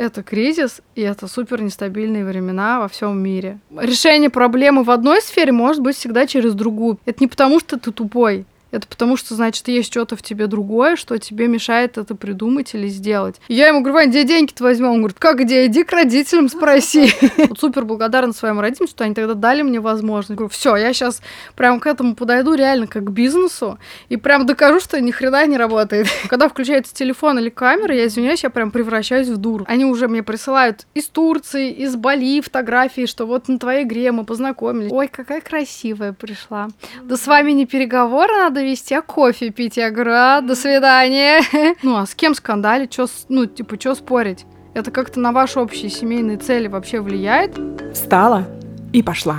это кризис, и это супер нестабильные времена во всем мире. Решение проблемы в одной сфере может быть всегда через другую. Это не потому, что ты тупой. Это потому, что, значит, есть что-то в тебе другое, что тебе мешает это придумать или сделать. И я ему говорю: Вань, где деньги-то возьмем? Он говорит: как где? Иди к родителям спроси. Супер благодарна своим родителям, что они тогда дали мне возможность. Я говорю: все, я сейчас прям к этому подойду реально как к бизнесу и прям докажу, что ни хрена не работает. Когда включается телефон или камера, я извиняюсь, я прям превращаюсь в дуру. Они уже мне присылают из Турции, из Бали фотографии, что вот на твоей игре мы познакомились. Ой, какая красивая пришла. Да с вами не переговоры надо вести, а кофе пить. Я говорю: до свидания. Ну, а с кем скандалить? Чё спорить? Это как-то на ваши общие семейные цели вообще влияет? Встала и пошла.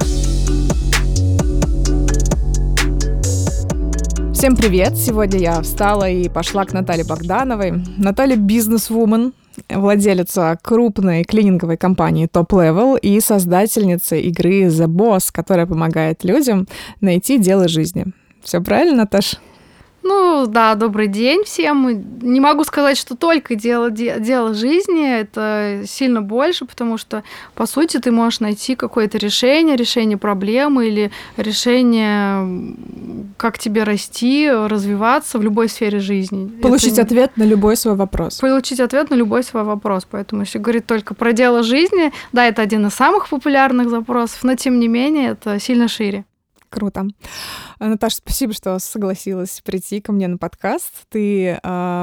Всем привет! Сегодня я встала и пошла к Наталье Богдановой. Наталья бизнес-вумен, владелица крупной клининговой компании Top Level и создательница игры The Boss, которая помогает людям найти дело жизни. Все правильно, Наташ? Ну да, добрый день всем. Не могу сказать, что только дело жизни, это сильно больше, потому что, по сути, ты можешь найти какое-то решение проблемы или решение, как тебе расти, развиваться в любой сфере жизни. Получить ответ на любой свой вопрос. Поэтому, если говорить только про дело жизни, да, это один из самых популярных запросов, но, тем не менее, это сильно шире. Круто. Наташа, спасибо, что согласилась прийти ко мне на подкаст. Ты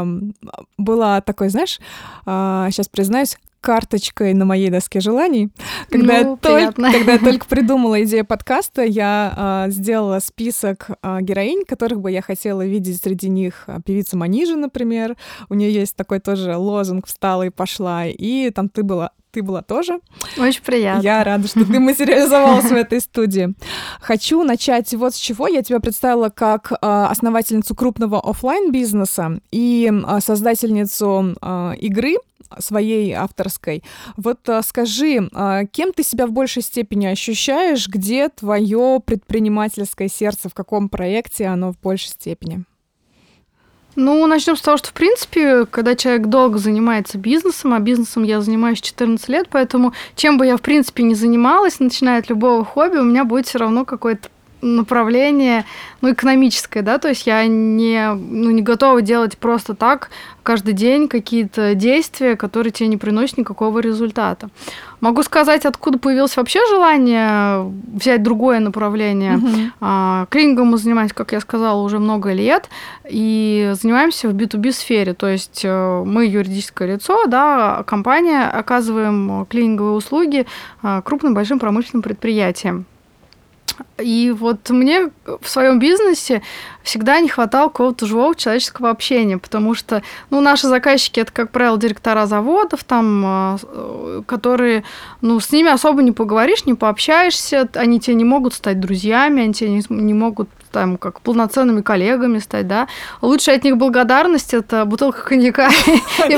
была такой, знаешь, сейчас признаюсь, карточкой на моей доске желаний. Когда я только придумала идею подкаста, я сделала список героинь, которых бы я хотела видеть. Среди них певица Манижа, например. У нее есть такой тоже лозунг «Встала и пошла». И там ты была тоже. Очень приятно. Я рада, что ты материализовалась в этой студии. Хочу начать вот с чего. Я тебя представила как основательницу крупного офлайн бизнеса и создательницу игры своей авторской. Вот скажи, кем ты себя в большей степени ощущаешь, где твое предпринимательское сердце, в каком проекте оно в большей степени? Ну, начнем с того, что, в принципе, когда человек долго занимается бизнесом, а бизнесом я занимаюсь 14 лет, поэтому чем бы я, в принципе, ни занималась, начиная от любого хобби, у меня будет все равно какое-то направление, экономическое, да, то есть я не готова делать просто так каждый день какие-то действия, которые тебе не приносят никакого результата. Могу сказать, откуда появилось вообще желание взять другое направление. Клинингом мы занимаемся, как я сказала, уже много лет, и занимаемся в B2B сфере, то есть мы юридическое лицо, да, компания, оказываем клининговые услуги крупным большим промышленным предприятиям. И вот мне в своем бизнесе всегда не хватало какого-то живого человеческого общения, потому что, наши заказчики — это, как правило, директора заводов, там, которые, с ними особо не поговоришь, не пообщаешься, они тебе не могут стать друзьями, они тебе не могут там как полноценными коллегами стать, да. Лучшая от них благодарность — это бутылка коньяка и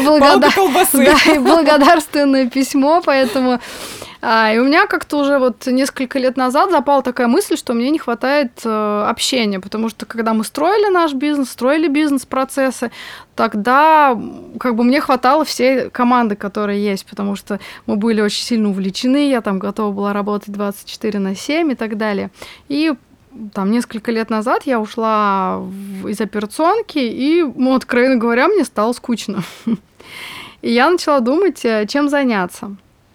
благодарственное письмо, поэтому... И у меня как-то уже вот несколько лет назад запала такая мысль, что мне не хватает общения, потому что когда мы строили наш бизнес, строили бизнес-процессы, тогда как бы мне хватало всей команды, которая есть, потому что мы были очень сильно увлечены, я там готова была работать 24/7 и так далее. И там несколько лет назад я ушла из операционки, и, откровенно говоря, мне стало скучно. И я начала думать, чем заняться.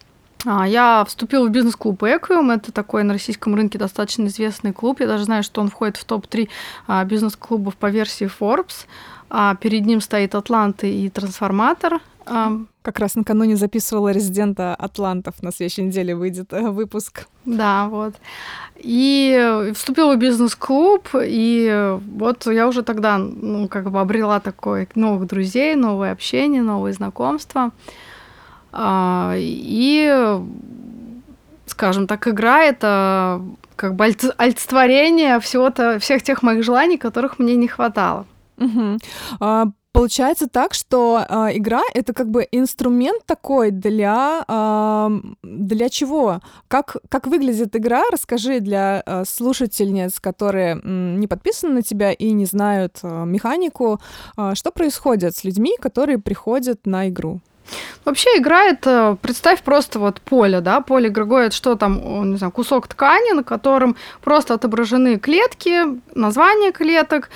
Я вступила в бизнес-клуб Equium. Это такой на российском рынке достаточно известный клуб. Я даже знаю, что он входит в топ-3 бизнес-клубов по версии Forbes. Перед ним стоит Атланта и Трансформатор. Как раз накануне записывала резидента Атлантов. На следующей неделе выйдет выпуск. Да, вот. И вступила в бизнес-клуб, и вот я уже тогда обрела такое новых друзей, новое общение, новые знакомства. И, скажем так, игра — это как бы олицетворение всех тех моих желаний, которых мне не хватало. Получается так, что игра — это как бы инструмент такой для чего? Как выглядит игра? Расскажи для слушательниц, которые не подписаны на тебя и не знают механику, что происходит с людьми, которые приходят на игру? Вообще игра это, представь просто вот поле, да, поле игровое, это что там, не знаю, кусок ткани, на котором просто отображены клетки, названия клеток,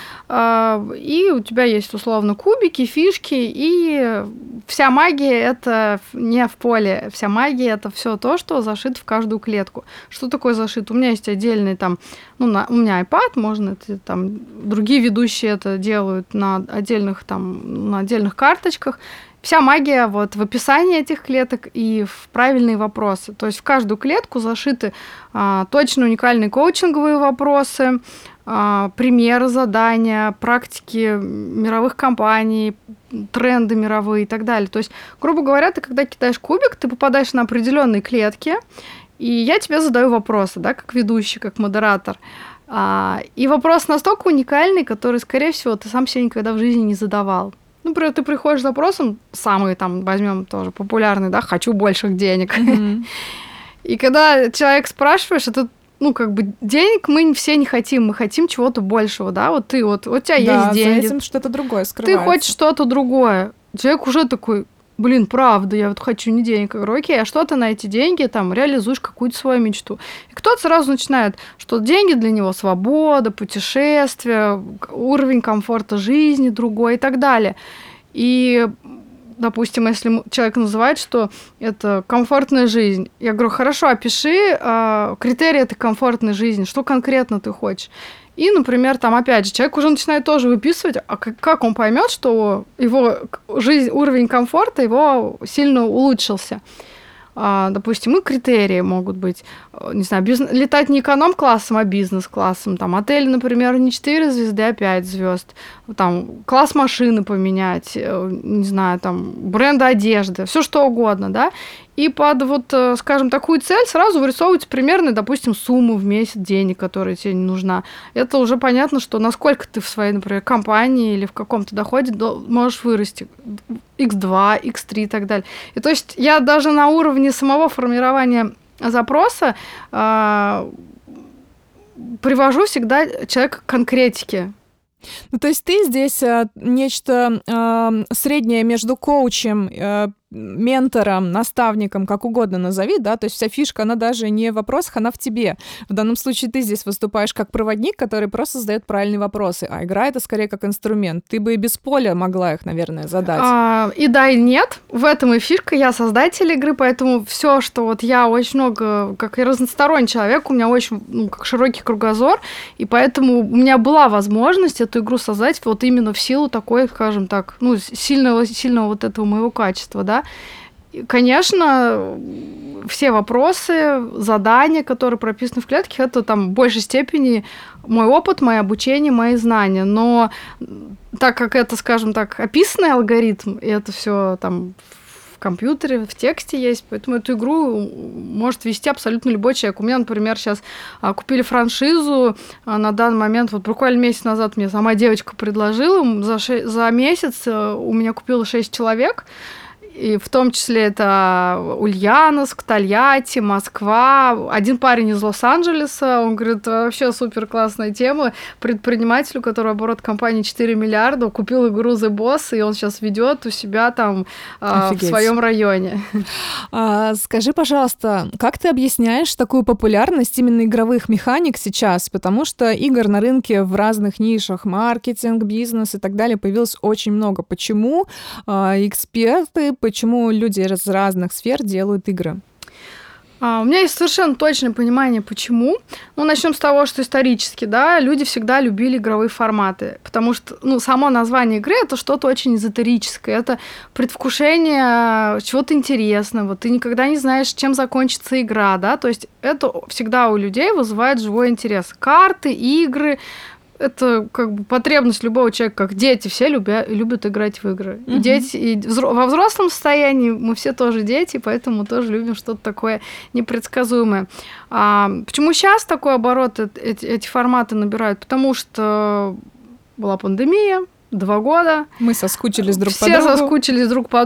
и у тебя есть условно кубики, фишки, и вся магия это не в поле, вся магия это все то, что зашито в каждую клетку. Что такое зашито? У меня есть отдельный там, у меня iPad, можно это там, другие ведущие это делают на отдельных карточках. Вся магия вот в описании этих клеток и в правильные вопросы. То есть в каждую клетку зашиты точно уникальные коучинговые вопросы, примеры задания, практики мировых компаний, тренды мировые и так далее. То есть, грубо говоря, ты когда кидаешь кубик, ты попадаешь на определенные клетки, и я тебе задаю вопросы, да, как ведущий, как модератор. И вопрос настолько уникальный, который, скорее всего, ты сам себе никогда в жизни не задавал. Например, ты приходишь с запросом, самый там, возьмем тоже популярный, да, хочу больших денег. Mm-hmm. И когда человек спрашиваешь, это, денег мы все не хотим, мы хотим чего-то большего, да, вот ты, вот у тебя есть деньги. За этим что-то другое скрывается. Ты хочешь что-то другое. Человек уже такой, правда, я вот хочу не денег. Я говорю, окей, а что ты на эти деньги там реализуешь какую-то свою мечту? И кто-то сразу начинает, что деньги для него свобода, путешествия, уровень комфорта жизни другой и так далее. И, допустим, если человек называет, что это комфортная жизнь, я говорю, хорошо, опиши критерии этой комфортной жизни, что конкретно ты хочешь. И, например, там опять же человек уже начинает тоже выписывать, а как он поймет, что его жизнь, уровень комфорта его сильно улучшился. Допустим, и критерии могут быть, не знаю, летать не эконом-классом, а бизнес-классом. Там отель, например, не 4 звезды, а 5 звезд. Там класс машины поменять, не знаю, там бренды одежды, все что угодно, да. И под вот, скажем, такую цель сразу вырисовывается примерно, допустим, сумму в месяц денег, которая тебе не нужна. Это уже понятно, что насколько ты в своей, например, компании или в каком-то доходе можешь вырасти. X2, X3 и так далее. И то есть я даже на уровне самого формирования запроса привожу всегда человека к конкретике. То есть ты здесь нечто среднее между коучем, ментором, наставником, как угодно назови, да, то есть вся фишка, она даже не в вопросах, она в тебе. В данном случае ты здесь выступаешь как проводник, который просто задает правильные вопросы, а игра — это скорее как инструмент. Ты бы и без поля могла их, наверное, задать. И да, и нет. В этом и фишка. Я создатель игры, поэтому все, что вот я очень много, как и разносторонний человек, у меня очень, как широкий кругозор, и поэтому у меня была возможность эту игру создать вот именно в силу такой, скажем так, сильного вот этого моего качества, да. Конечно, все вопросы, задания, которые прописаны в клетке, это там в большей степени мой опыт, мое обучение, мои знания. Но так как это, скажем так, описанный алгоритм, и это все там в компьютере, в тексте есть, поэтому эту игру может вести абсолютно любой человек. У меня, например, сейчас купили франшизу на данный момент, вот буквально месяц назад мне сама девочка предложила, за месяц у меня купило 6 человек, и в том числе это Ульяновск, Тольятти, Москва. Один парень из Лос-Анджелеса, он говорит, вообще супер классная тема. Предпринимателю, у которого оборот компании 4 миллиарда, купил игру The Boss, и он сейчас ведет у себя там в своем районе. Скажи, пожалуйста, как ты объясняешь такую популярность именно игровых механик сейчас? Потому что игр на рынке в разных нишах, маркетинг, бизнес и так далее, появилось очень много. Почему эксперты, почему люди из разных сфер делают игры? У меня есть совершенно точное понимание, почему. Начнем с того, что исторически, да, люди всегда любили игровые форматы, потому что, само название игры — это что-то очень эзотерическое, это предвкушение чего-то интересного, ты никогда не знаешь, чем закончится игра, да, то есть это всегда у людей вызывает живой интерес. Карты, игры — это как бы потребность любого человека, как дети, все любят играть в игры. И дети, и во взрослом состоянии мы все тоже дети, поэтому тоже любим что-то такое непредсказуемое. Почему сейчас такой оборот эти форматы набирают? Потому что была пандемия, 2 года. Мы соскучились друг по другу. Все соскучились друг по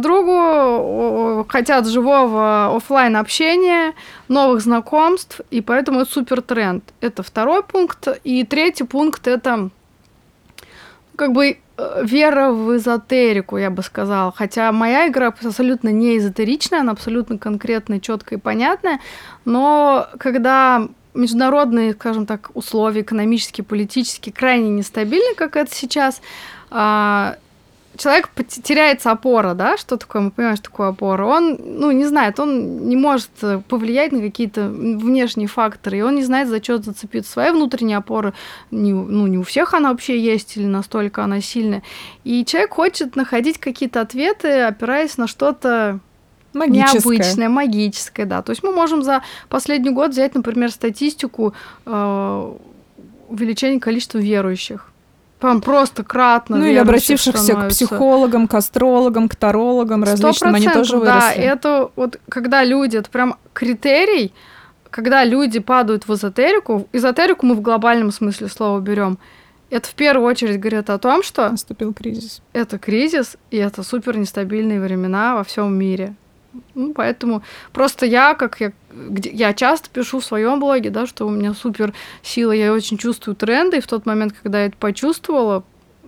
другу, хотят живого офлайн общения, новых знакомств, и поэтому это супер тренд. Это 2 пункт. И 3 пункт — это как бы вера в эзотерику, я бы сказала. Хотя моя игра абсолютно не эзотеричная, она абсолютно конкретная, четкая и понятная. Но когда международные, скажем так, условия экономические, политические крайне нестабильны, как это сейчас, человек теряется опора, да, что такое, мы понимаем, что такое опора, он, не знает, он не может повлиять на какие-то внешние факторы, и он не знает, за что зацепиться. Своя внутренняя опора, не у всех она вообще есть, или настолько она сильная. И человек хочет находить какие-то ответы, опираясь на что-то необычное, магическое, да. То есть мы можем за последний год взять, например, статистику увеличения количества верующих. Там просто кратно. Или обратившихся к психологам, к астрологам, к тарологам различным, они тоже выросли. Да, это вот когда люди, это прям критерий, когда люди падают в эзотерику мы в глобальном смысле слова берем. Это в первую очередь говорит о том, что наступил кризис. Это кризис, и это супер нестабильные времена во всем мире. Поэтому просто я часто пишу в своем блоге, да, что у меня супер сила, я очень чувствую тренды, и в тот момент, когда я это почувствовала,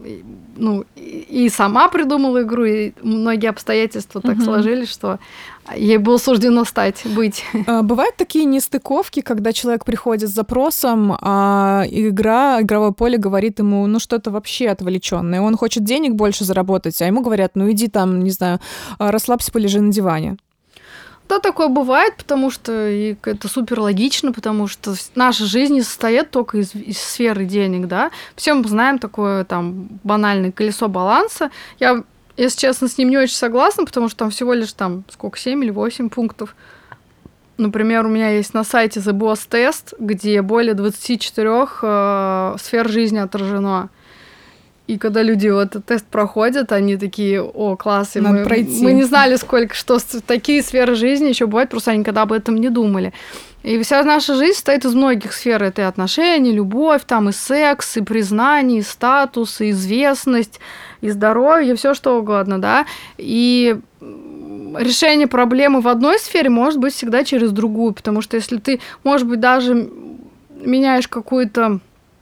и сама придумала игру, и многие обстоятельства так сложились, что ей было суждено быть. Бывают такие нестыковки, когда человек приходит с запросом, а игровое поле говорит ему, что-то вообще отвлечённое. Он хочет денег больше заработать, а ему говорят, иди там, не знаю, расслабься, полежи на диване. Да, такое бывает, потому что это супер логично, потому что наша жизнь не состоит только из сферы денег, да. Все мы знаем такое там банальное колесо баланса. Я, если честно, с ним не очень согласна, потому что там всего лишь 7 или 8 пунктов. Например, у меня есть на сайте The Boss Test, где более 24 сфер жизни отражено. И когда люди этот тест проходят, они такие, класс, и мы не знали, что такие сферы жизни еще бывают, просто они никогда об этом не думали. И вся наша жизнь состоит из многих сфер. Это и отношения, любовь, и секс, и признание, и статус, и известность, и здоровье, и все что угодно, да. И решение проблемы в одной сфере может быть всегда через другую, потому что если ты, может быть, даже меняешь какой-то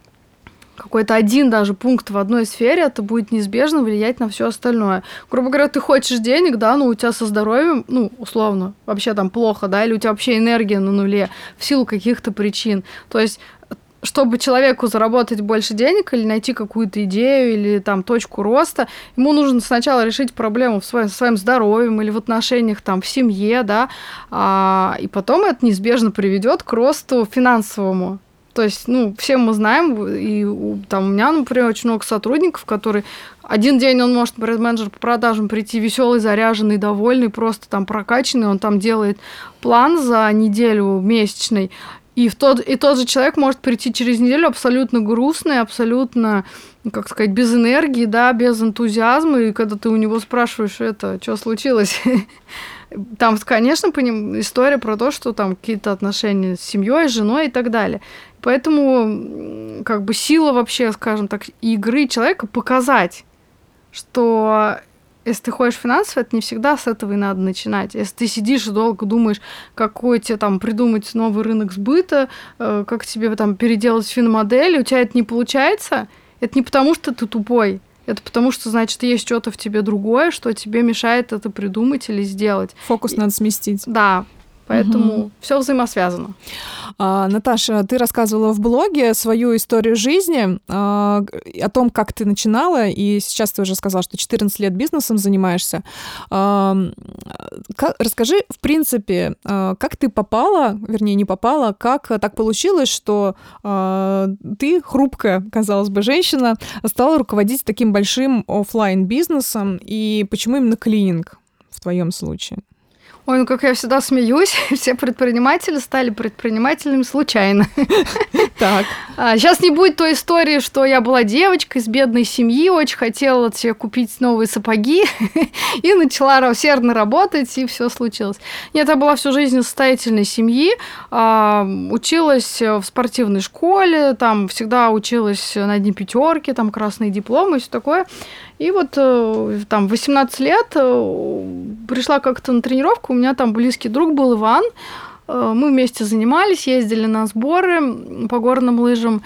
один даже пункт в одной сфере, это будет неизбежно влиять на все остальное. Грубо говоря, ты хочешь денег, да, но у тебя со здоровьем, условно, вообще там плохо, да, или у тебя вообще энергия на нуле в силу каких-то причин. То есть, чтобы человеку заработать больше денег или найти какую-то идею или там точку роста, ему нужно сначала решить проблему со своим здоровьем или в отношениях в семье, да, и потом это неизбежно приведет к росту финансовому. То есть, все мы знаем, и у меня, например, очень много сотрудников, которые один день он может, например, менеджер по продажам прийти веселый, заряженный, довольный, просто прокачанный, он делает план за неделю месячный, и тот же человек может прийти через неделю абсолютно грустный, абсолютно, без энергии, да, без энтузиазма, и когда ты у него спрашиваешь, что случилось, там, конечно, история про то, что какие-то отношения с семьей, с женой и так далее. Поэтому, сила вообще, скажем так, игры человека показать, что если ты хочешь финансово, это не всегда с этого и надо начинать. Если ты сидишь и долго думаешь, какой тебе придумать новый рынок сбыта, как тебе переделать финмодель, у тебя это не получается, это не потому, что ты тупой. Это потому, что, значит, есть что-то в тебе другое, что тебе мешает это придумать или сделать. Фокус надо сместить. Да, поэтому все взаимосвязано. Наташа, ты рассказывала в блоге свою историю жизни, о том, как ты начинала, и сейчас ты уже сказала, что 14 лет бизнесом занимаешься. Расскажи, в принципе, как ты попала, вернее, не попала, как так получилось, что ты, хрупкая, казалось бы, женщина, стала руководить таким большим офлайн-бизнесом, и почему именно клининг в твоем случае? Ой, как я всегда смеюсь, все предприниматели стали предпринимателями случайно. Так. Сейчас не будет той истории, что я была девочкой из бедной семьи, очень хотела себе купить новые сапоги и начала усердно работать, и все случилось. Нет, я была всю жизнь из состоятельной семьи, училась в спортивной школе, всегда училась на одни пятерки, красные дипломы и все такое. И в 18 лет пришла как-то на тренировку, у меня близкий друг был Иван, мы вместе занимались, ездили на сборы по горным лыжам,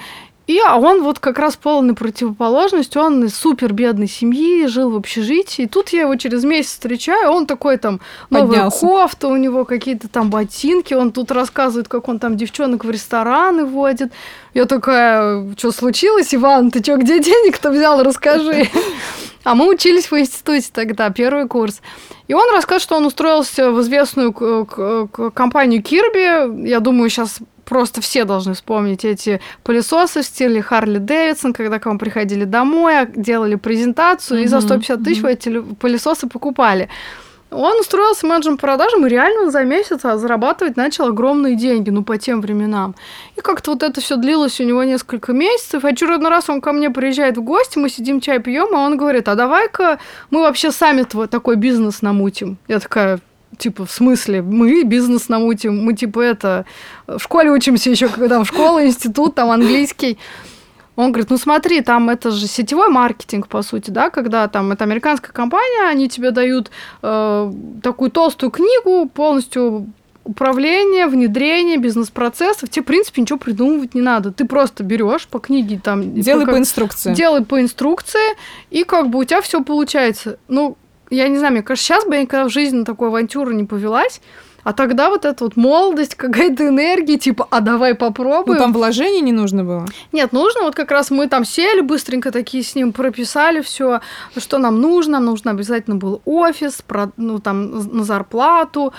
А он вот как раз полная противоположность, он из супер бедной семьи, жил в общежитии, и тут я его через месяц встречаю, он такой там, новая кофта, у него какие-то там ботинки, он тут рассказывает, как он там девчонок в рестораны водит. Я такая, что случилось, Иван, ты что, где денег-то взял, расскажи. А мы учились в институте тогда, первый курс. И он рассказывает, что он устроился в известную компанию Kirby. Я думаю, сейчас просто все должны вспомнить эти пылесосы в стиле Харли Дэвидсон, когда к вам приходили домой, делали презентацию, и за 150 тысяч вы эти пылесосы покупали. Он устроился менеджером по продажам и реально за месяц зарабатывать начал огромные деньги, по тем временам. И как-то вот это все длилось у него несколько месяцев. И очередной раз он ко мне приезжает в гости, мы сидим, чай пьем, а он говорит, а давай-ка мы вообще сами такой бизнес намутим. Я такая, в смысле, мы бизнес намутим? Мы, в школе учимся еще, когда в школе, институт, там английский. Он говорит, смотри, там это же сетевой маркетинг, по сути, да, когда там это американская компания, они тебе дают такую толстую книгу, полностью управление, внедрение, бизнес-процессов. Тебе, в принципе, ничего придумывать не надо. Ты просто берешь по книге там... Делай по инструкции. Делай по инструкции, и у тебя все получается. Я не знаю, мне кажется, сейчас бы я никогда в жизни на такую авантюру не повелась. А тогда вот эта вот молодость, какая-то энергия, а давай попробуем. Там вложений не нужно было? Нет, нужно. Вот как раз мы там сели, быстренько такие с ним прописали все, что нам нужно. Нам нужно обязательно был офис, там на зарплату.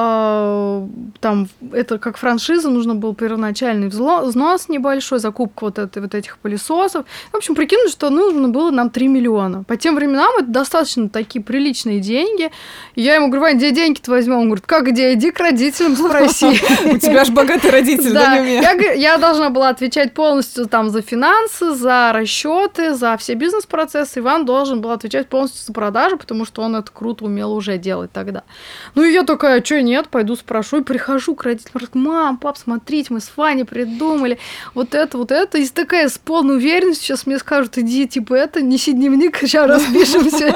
Там это как франшиза, нужно был первоначальный взнос небольшой, закупка вот этих пылесосов. В общем, прикинули, что нужно было нам 3 миллиона. По тем временам это достаточно такие приличные деньги. И я ему говорю, Вань, где деньги-то возьмем? Он говорит, как где? Иди к родителям, спроси. У тебя же богатый родитель, да, не у меня. Я должна была отвечать полностью там за финансы, за расчеты, за все бизнес-процессы. Иван должен был отвечать полностью за продажи, потому что он это круто умел уже делать тогда. И я такая, что нет, пойду спрошу. И прихожу к родителям, говорю, мам, пап, смотрите, мы с Ваней придумали вот это. И такая с полной уверенностью сейчас мне скажут, иди, неси дневник, сейчас распишемся.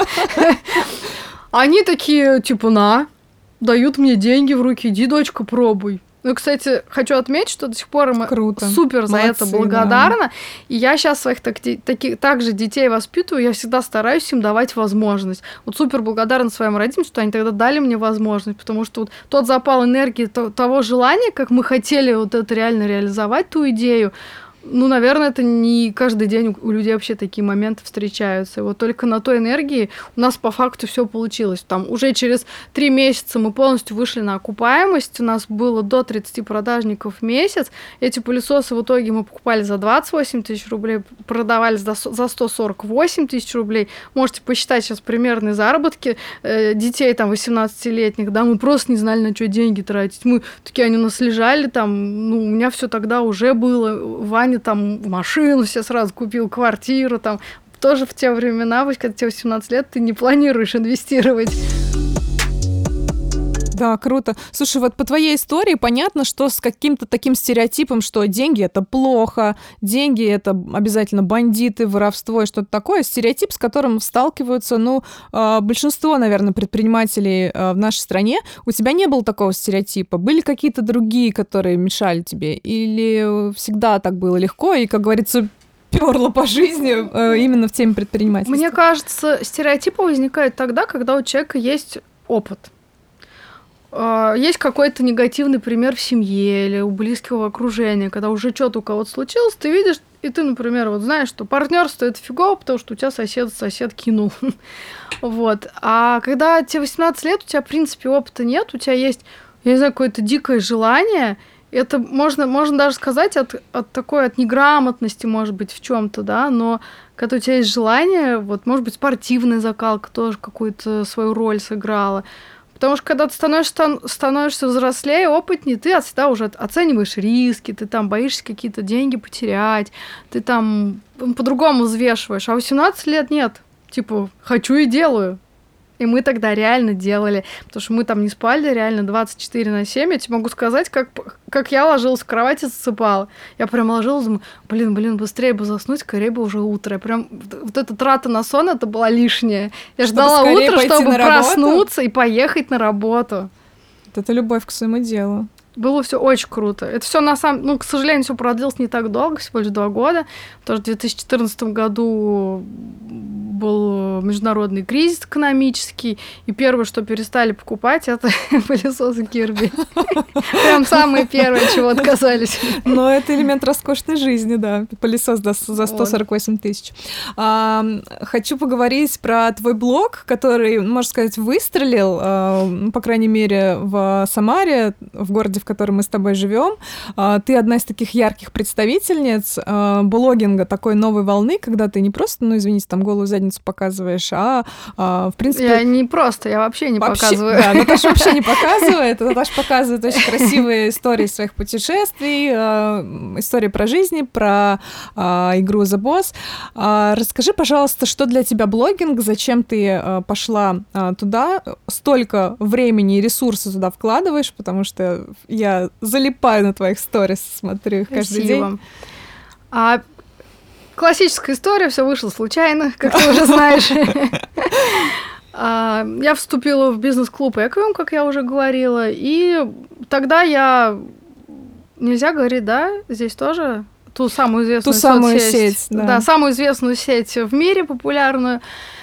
Они такие, на... дают мне деньги в руки, иди, дочка, пробуй. Кстати, хочу отметить, что до сих пор им супер за это благодарна. Да. И я сейчас своих также детей воспитываю, я всегда стараюсь им давать возможность. Супер благодарна своим родителям, что они тогда дали мне возможность, потому что тот запал энергии, того желания, как мы хотели это реально реализовать, ту идею, наверное, это не каждый день у людей вообще такие моменты встречаются. И только на той энергии у нас по факту все получилось. Там уже через 3 месяца мы полностью вышли на окупаемость. У нас было до 30 продажников в месяц. Эти пылесосы в итоге мы покупали за 28 тысяч рублей, продавали за 148 тысяч рублей. Можете посчитать сейчас примерные заработки детей там 18-летних. Да, мы просто не знали, на что деньги тратить. Мы такие, они у нас лежали там. У меня все тогда уже было. Ваня там машину все сразу купил, квартиру там. Тоже в те времена, когда тебе 18 лет, ты не планируешь инвестировать. Да, круто. Слушай, вот по твоей истории понятно, что с каким-то таким стереотипом, что деньги — это плохо, деньги — это обязательно бандиты, воровство и что-то такое. Стереотип, с которым сталкиваются, большинство, наверное, предпринимателей в нашей стране. У тебя не было такого стереотипа? Были какие-то другие, которые мешали тебе? Или всегда так было легко и, как говорится, пёрло по жизни именно в теме предпринимательства? Мне кажется, стереотипы возникают тогда, когда у человека есть опыт. Есть какой-то негативный пример в семье или у близкого окружения, когда уже что-то у кого-то случилось, ты видишь, и ты, например, знаешь, что партнерство это фигово, потому что у тебя сосед кинул. Вот. А когда тебе 18 лет, у тебя, в принципе, опыта нет, у тебя есть, я не знаю, какое-то дикое желание, это можно даже сказать от неграмотности, может быть, в чем-то, да, но когда у тебя есть желание, может быть, спортивная закалка тоже какую-то свою роль сыграла. Потому что когда ты становишься взрослее, опытнее, ты всегда уже оцениваешь риски, ты там боишься какие-то деньги потерять, ты там по-другому взвешиваешь. А 18 лет нет. Хочу и делаю. И мы тогда реально делали, потому что мы там не спали реально 24/7. Я тебе могу сказать, как я ложилась в кровать и засыпала. Я прям ложилась, думаю, блин, быстрее бы заснуть, скорее бы уже утро. Прям эта трата на сон, это была лишняя. Я ждала утра, чтобы проснуться и поехать на работу. Это любовь к своему делу. было все очень круто. Это все к сожалению, все продлилось не так долго, всего лишь 2 года, потому что в 2014 году был международный кризис экономический, и первое, что перестали покупать, это пылесосы Кирби. Прям самые первые, от чего отказались. Но это элемент роскошной жизни, да. Пылесос за 148 тысяч. Хочу поговорить про твой блог, который, можно сказать, выстрелил, по крайней мере, в Самаре, в городе, в котором мы с тобой живем. Ты одна из таких ярких представительниц блогинга такой новой волны, когда ты не просто, извините, там голую задницу показываешь, в принципе... Я не просто, я вообще не показываю. Да, Наташа вообще не показывает. Наташа показывает очень красивые истории своих путешествий, истории про жизнь, про игру The Boss. Расскажи, пожалуйста, что для тебя блогинг, зачем ты пошла туда, столько времени и ресурсов туда вкладываешь, потому что я залипаю на твоих сторис, смотрю их каждый день. Классическая история, все вышло случайно, как ты уже знаешь. Я вступила в бизнес-клуб Equium, как я уже говорила, и тогда нельзя говорить, да, здесь тоже ту самую известную сеть, да, самую известную сеть в мире, популярную.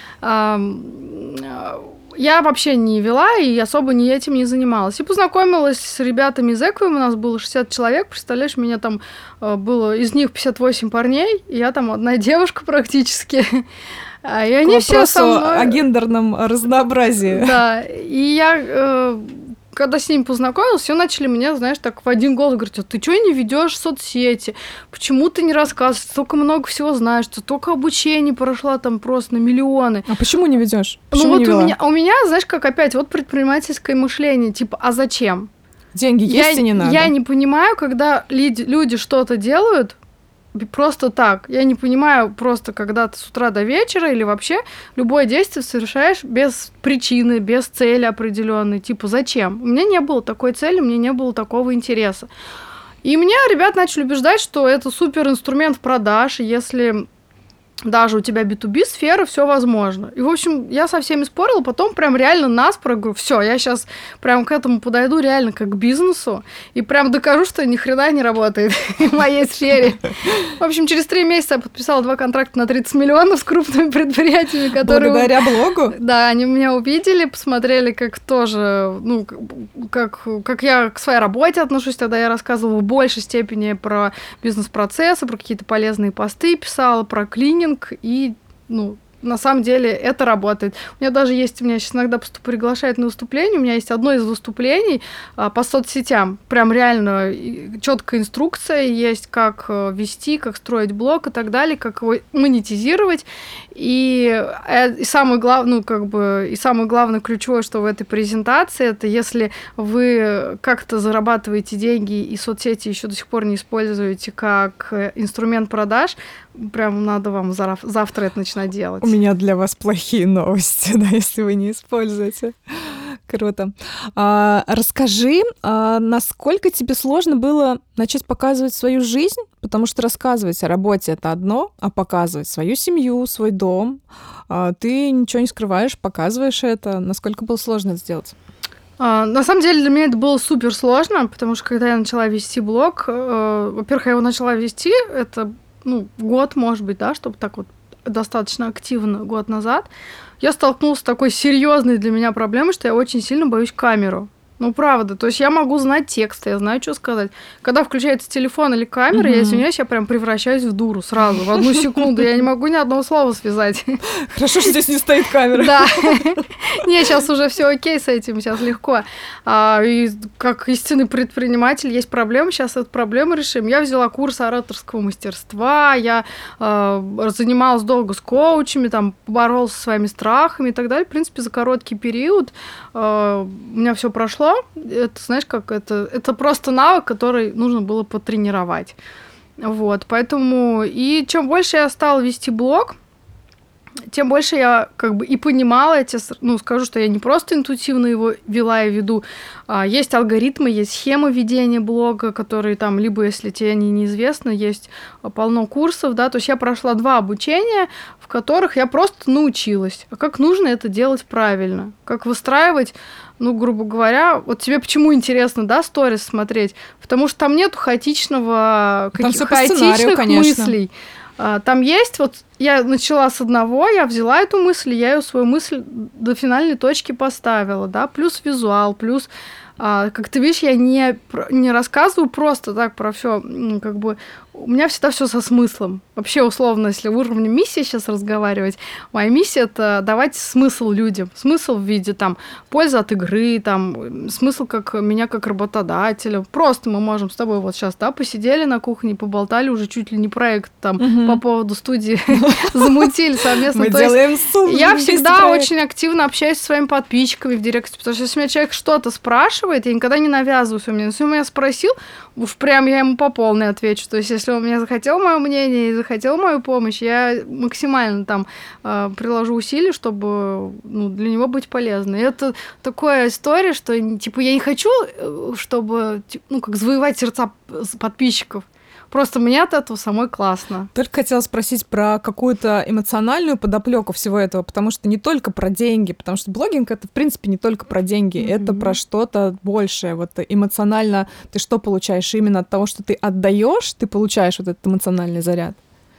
Я вообще не вела и особо этим не занималась. И познакомилась с ребятами из Equium, у нас было 60 человек, представляешь, меня там было, из них 58 парней, и я там одна девушка практически. И они все со мной... о гендерном разнообразии. Да, и я... Когда с ними познакомилась, все начали меня, знаешь, так в один голос говорить: а ты что не ведешь соцсети? Почему ты не рассказываешь? Ты столько много всего знаешь, ты столько обучений прошла там просто на миллионы. А почему не ведешь? У меня, знаешь, как опять, предпринимательское мышление, типа, а зачем? Деньги есть и не надо. Я не понимаю, когда люди что-то делают просто так. Я не понимаю просто, когда ты с утра до вечера или вообще любое действие совершаешь без причины, без цели определенной. Типа, зачем? У меня не было такой цели, у меня не было такого интереса. И меня ребят начали убеждать, что это супер инструмент продаж, и если даже у тебя B2B сфера, все возможно. И, в общем, я со всеми спорила, потом прям реально наспоро говорю: все, я сейчас прям к этому подойду реально как к бизнесу, и прям докажу, что ни хрена не работает в моей сфере. В общем, через 3 месяца я подписала 2 контракта на 30 миллионов с крупными предприятиями, которые... Благодаря блогу? Да, они меня увидели, посмотрели, как тоже, как я к своей работе отношусь. Тогда я рассказывала в большей степени про бизнес-процессы, про какие-то полезные посты писала, про клининг, и, на самом деле это работает. У меня сейчас иногда приглашают на выступление, у меня есть одно из выступлений по соцсетям, прям реально четкая инструкция есть, как вести, как строить блог и так далее, как его монетизировать. И самое главное, и самое главное, ключевое, что в этой презентации, это если вы как-то зарабатываете деньги и соцсети еще до сих пор не используете как инструмент продаж, прям надо вам завтра это начинать делать. У меня для вас плохие новости, да, если вы не используете. Круто. Расскажи, насколько тебе сложно было начать показывать свою жизнь? Потому что рассказывать о работе — это одно, а показывать свою семью, свой дом, ты ничего не скрываешь, показываешь это. Насколько было сложно это сделать? На самом деле для меня это было супер сложно, потому что когда я начала вести блог, во-первых, я его начала вести, это год, может быть, да, чтобы так достаточно активно, год назад, я столкнулась с такой серьезной для меня проблемой, что я очень сильно боюсь камеру. Правда. То есть я могу знать текст, я знаю, что сказать. Когда включается телефон или камера, я извиняюсь, я прям превращаюсь в дуру сразу, в одну секунду. Я не могу ни одного слова связать. Хорошо, что здесь не стоит камера. Да. Не, сейчас уже все окей с этим, сейчас легко. И как истинный предприниматель есть проблемы, сейчас эту проблему решим. Я взяла курс ораторского мастерства, я занималась долго с коучами, там, боролась со своими страхами и так далее. В принципе, за короткий период у меня все прошло. Это, знаешь, как это просто навык, который нужно было потренировать. Поэтому... И чем больше я стала вести блог, тем больше я как бы и понимала скажу, что я не просто интуитивно его вела и веду, есть алгоритмы, есть схемы ведения блога, которые там, либо если тебе они неизвестны, есть полно курсов, да, то есть я прошла 2 обучения, в которых я просто научилась, как нужно это делать правильно, как выстраивать, грубо говоря, вот тебе почему интересно, да, сторис смотреть, потому что там нету хаотичных мыслей. Там есть, вот я начала с одного, я взяла эту мысль, я ее свою мысль до финальной точки поставила, да, плюс визуал, плюс, как ты видишь, я не рассказываю просто так про все, как бы у меня всегда все со смыслом. Вообще, условно, если уровнем миссии сейчас разговаривать, моя миссия — это давать смысл людям. Смысл в виде, там, пользы от игры, там, смысл как меня как работодателя. Просто мы можем с тобой вот сейчас, да, посидели на кухне, поболтали, уже чуть ли не проект там по поводу студии замутили совместно. Мы делаем я всегда очень активно общаюсь со своими подписчиками в директе, потому что если меня человек что-то спрашивает, я никогда не навязываюсь у меня. Если он меня спросил, уж прям я ему по полной отвечу. То есть если он меня захотел мое мнение и захотел мою помощь, я максимально там приложу усилий, чтобы для него быть полезной. И это такая история, что типа я не хочу, чтобы как завоевать сердца подписчиков. Просто мне от этого самой классно. Только хотела спросить про какую-то эмоциональную подоплеку всего этого, потому что не только про деньги, потому что блогинг — это, в принципе, не только про деньги, это про что-то большее. Вот эмоционально ты что получаешь? Именно от того, что ты отдаешь, ты получаешь вот этот эмоциональный заряд?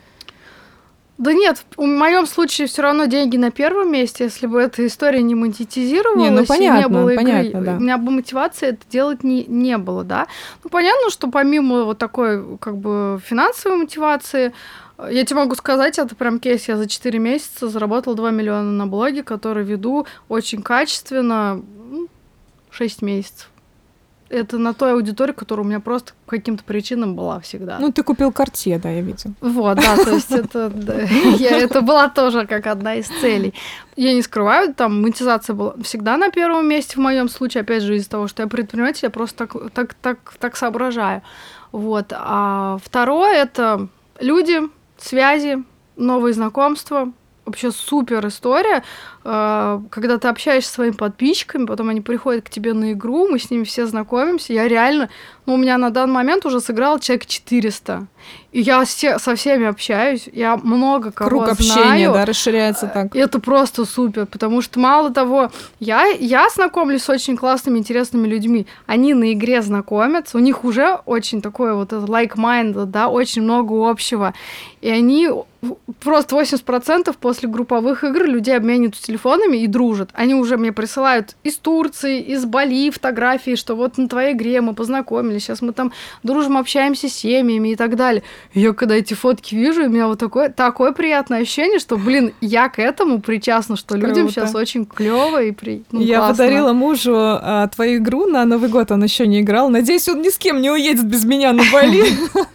Да нет, в моем случае все равно деньги на первом месте. Если бы эта история не монетизировалась, понятно, и не было игры, понятно, да. у меня бы мотивации это делать не было, да. Понятно, что помимо вот такой как бы финансовой мотивации, я тебе могу сказать, это прям кейс, я за 4 месяца заработала 2 миллиона на блоге, который веду очень качественно 6 месяцев. Это на той аудитории, которая у меня просто по каким-то причинам была всегда. Ты купил Cartier, да, я видела. Вот, да, то есть это была тоже как одна из целей. Я не скрываю, там монетизация была всегда на первом месте в моем случае, опять же, из-за того, что я предприниматель, я просто так соображаю. Вот. А второе — это люди, связи, новые знакомства. Вообще супер история, когда ты общаешься со своими подписчиками, потом они приходят к тебе на игру, мы с ними все знакомимся. Я реально, у меня на данный момент уже сыграл человек 400. И я со всеми общаюсь, я много кого знаю. Круг общения, да, расширяется так. И это просто супер, потому что мало того, я знакомлюсь с очень классными, интересными людьми. Они на игре знакомятся, у них уже очень такое вот like-minded, да, очень много общего. И они просто 80% после групповых игр людей обмениваются телефонами и дружат. Они уже мне присылают из Турции, из Бали фотографии, что вот на твоей игре мы познакомились, сейчас мы там дружим, общаемся с семьями и так далее. И я когда эти фотки вижу, у меня вот такое приятное ощущение, что, я к этому причастна, что людям сейчас очень клёво и я классно. подарила мужу твою игру на Новый год, он еще не играл. Надеюсь, он ни с кем не уедет без меня на Бали.